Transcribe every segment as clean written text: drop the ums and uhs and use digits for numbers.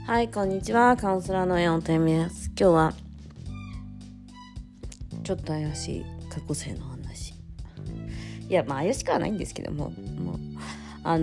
はい、こんにちは。カウンセラーのエオンとみです。今日はちょっと怪しい過去生の話。いや、怪しくはないんですけども、過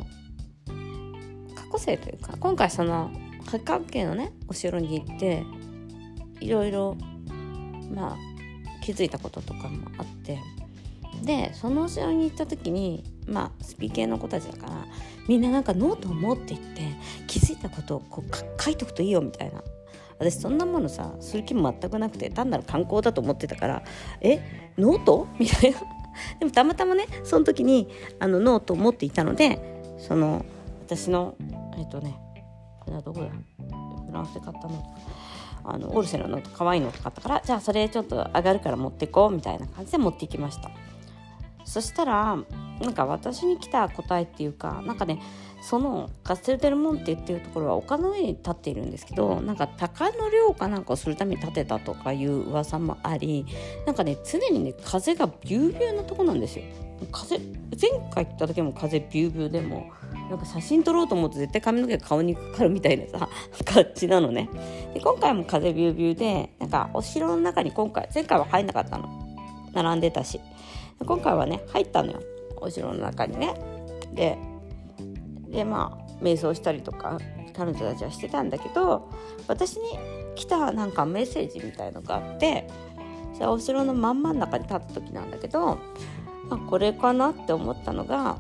去生というか、今回その八角形のねお城に行っていろいろ気づいたこととかもあって、でそのお城に行った時にスピ系の子たちだからみんななんかノートを持って行って気づいたことを書いとくといいよみたいな。私そんなものさする気も全くなくて、単なる観光だと思ってたから、ノートみたいなでもたまたまねその時にノートを持っていたので、その私のこれはどこだ、フランスで買ったノート、オルセのノート可愛いノート買ったから、じゃあそれちょっと上がるから持ってこうみたいな感じで持っていきました。そしたらなんか私に来た答えっていうか、そのカステルデルモンテっていうところは丘の上に立っているんですけど、鷹の猟かなんかをするために建てたとかいう噂もあり、常に風がビュービューなとこなんですよ。前回行った時も風ビュービューでも写真撮ろうと思うと絶対髪の毛が顔にかかるみたいなさ感じなのね。で今回も風ビュービューでお城の中に前回は入んなかったの、並んでたし、今回はね入ったのよ、お城の中にね。で瞑想したりとか彼女たちはしてたんだけど、私に来たメッセージみたいのがあって、お城の真ん中に立った時なんだけど、これかなって思ったのが、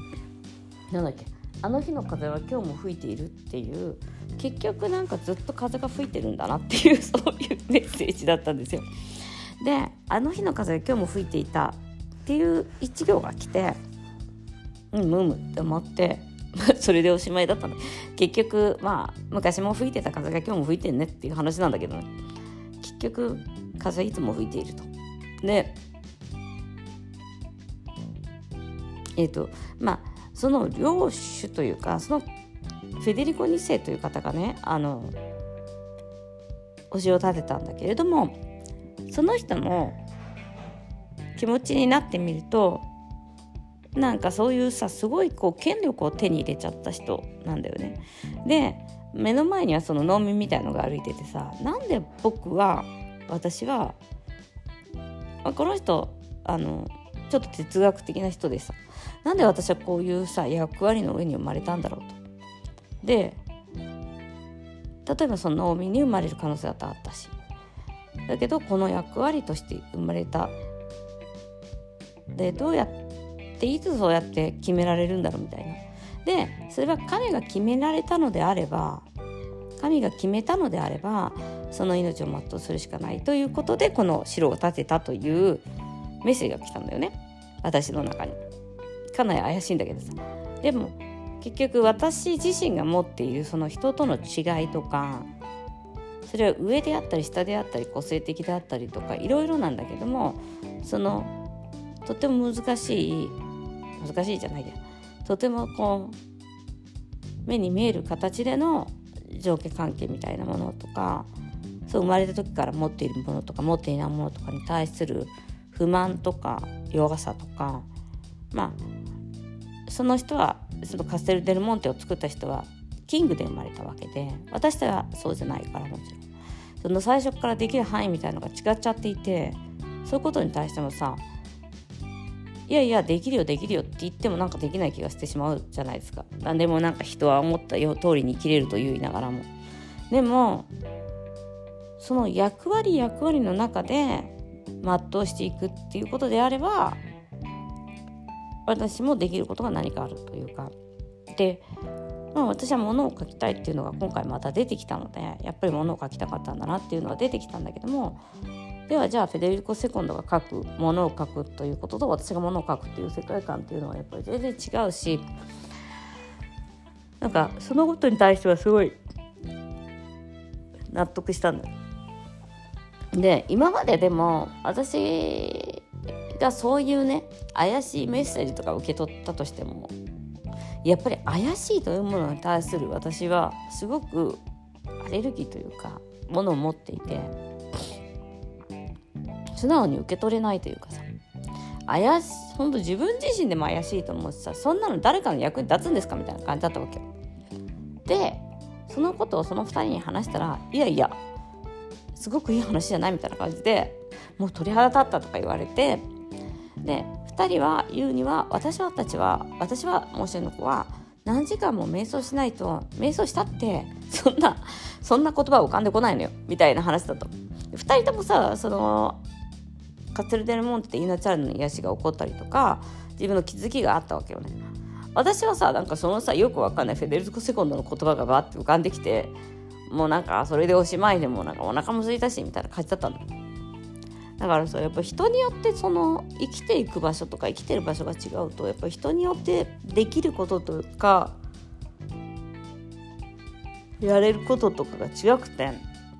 あの日の風は今日も吹いているっていう、結局ずっと風が吹いてるんだなっていうそういうメッセージだったんですよ。であの日の風が今日も吹いていたっていう一行が来て、って思ってそれでおしまいだったの。結局昔も吹いてた風が今日も吹いてるねっていう話なんだけどね、結局風はいつも吹いていると。でその領主というか、そのフェデリコ2世という方がねお城を建てたんだけれども、その人の気持ちになってみるとそういうすごい権力を手に入れちゃった人なんだよね。で目の前にはその農民みたいのが歩いててさ、なんで私はこの人ちょっと哲学的な人でさ、なんで私はこういう役割の上に生まれたんだろうと。で例えばその農民に生まれる可能性だってあったし、だけどこの役割として生まれた。でどうやっていつそうやって決められるんだろうみたいな。でそれは神が決めたのであればその命を全うするしかないということで、この城を建てたというメッセージが来たんだよね、私の中に。かなり怪しいんだけどさ、でも結局私自身が持っているその人との違いとか、それは上であったり下であったり個性的であったりとかいろいろなんだけども、そのとても難しいじゃないや、とても目に見える形での上下関係みたいなものとか、そう生まれた時から持っているものとか持っていないものとかに対する不満とか弱さとか、その人はそのカステルデルモンテを作った人はキングで生まれたわけで、私たちはそうじゃないから、もちろんその最初からできる範囲みたいなのが違っちゃっていて、そういうことに対してもさ、いやできるよって言ってもできない気がしてしまうじゃないですか。なんでも人は思った通りに生きれると言いながらも、でもその役割の中で全うしていくっていうことであれば、私もできることが何かあるというか。で、私は物を書きたいっていうのが今回また出てきたので、やっぱり物を書きたかったんだなっていうのが出てきたんだけども、ではじゃあフェデリコ・セコンドが物を書くということと私が物を書くっていう世界観っていうのはやっぱり全然違うし、そのことに対してはすごい納得したんだよ。で今まででも私がそういうね怪しいメッセージとか受け取ったとしても、やっぱり怪しいというものに対する私はすごくアレルギーというかものを持っていて、素直に受け取れないというかさ、本当自分自身でも怪しいと思ってさ、そんなの誰かの役に立つんですかみたいな感じだったわけよ。でそのことをその2人に話したら、いやいやすごくいい話じゃないみたいな感じで、もう鳥肌立ったとか言われて、で2人は言うには、私は申し訳の子は何時間も瞑想しないと、瞑想したってそんな言葉浮かんでこないのよみたいな話だと。2人ともさ、そのカツルデルモンテってイナチャールの癒しが起こったりとか、自分の気づきがあったわけよね。私はさ、なんかそのさ、よくわかんないフェデルコセコンドの言葉がバーって浮かんできて、もうなんかそれでおしまいで、もなんかお腹も空いたしみたいな感じだったの。だからさ、やっぱ人によってその生きていく場所とか生きてる場所が違うと、やっぱ人によってできることとかやれることとかが違くて、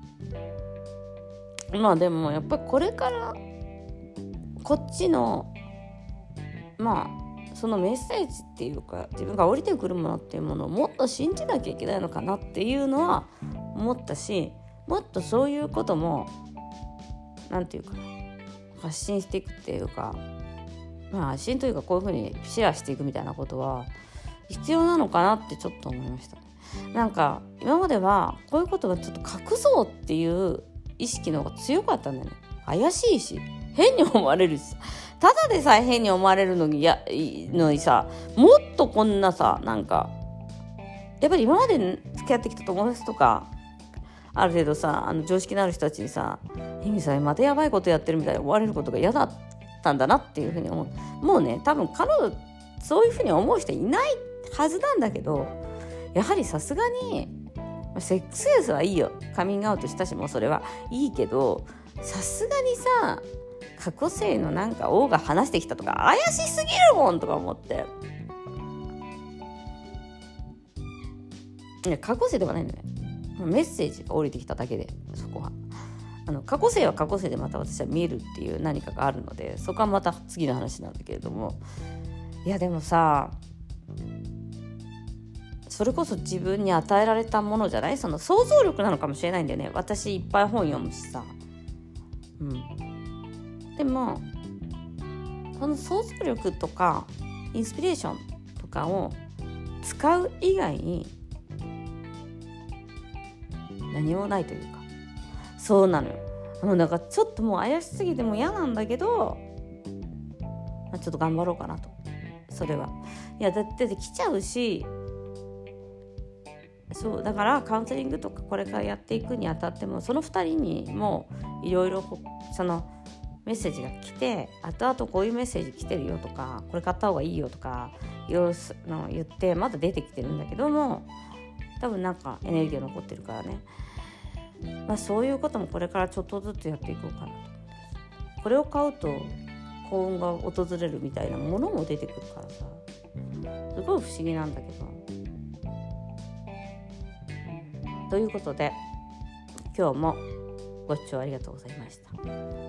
まあでもやっぱりこれからこっちのまあそのメッセージっていうか、自分が降りてくるものっていうものをもっと信じなきゃいけないのかなっていうのは思ったし、もっとそういうこともなんていうか発信していくっていうか、まあ発信というかこういうふうにシェアしていくみたいなことは必要なのかなってちょっと思いました。なんか今まではこういうことがちょっと隠そうっていう意識の方が強かったんだよね。怪しいし変に思われるし、ただでさえ変に思われるのにさ、もっとこんなさ、なんかやっぱり今まで付き合ってきた友達とかある程度さ、常識のある人たちにさ、ひみさんまたやばいことやってるみたいに思われることが嫌だったんだなっていうふうに思う。もうね、多分彼女そういうふうに思う人いないはずなんだけど、やはりさすがにセックスレスはいいよ、カミングアウトしたしもうそれはいいけど、さすがにさ過去生のなんか王が話してきたとか怪しすぎるもんとか思って、いや過去生ではないんだよね。メッセージが降りてきただけで、そこは過去生は過去生でまた私は見えるっていう何かがあるので、そこはまた次の話なんだけれども、いやでもさ、それこそ自分に与えられたものじゃない、その想像力なのかもしれないんだよね。私いっぱい本読むしさ、でもその想像力とかインスピレーションとかを使う以外に何もないというか、そうなのよ。なんかちょっともう怪しすぎても嫌なんだけど、ちょっと頑張ろうかなと。それはいやだって来ちゃうし、そうだからカウンセリングとかこれからやっていくにあたっても、その2人にもいろいろそのメッセージが来て、後々こういうメッセージ来てるよとか、これ買った方がいいよとかいろいろ言ってまだ出てきてるんだけども、多分なんかエネルギーが残ってるからね、そういうこともこれからちょっとずつやっていこうかなと。これを買うと幸運が訪れるみたいなものも出てくるからさ、すごい不思議なんだけど、ということで今日もご視聴ありがとうございました。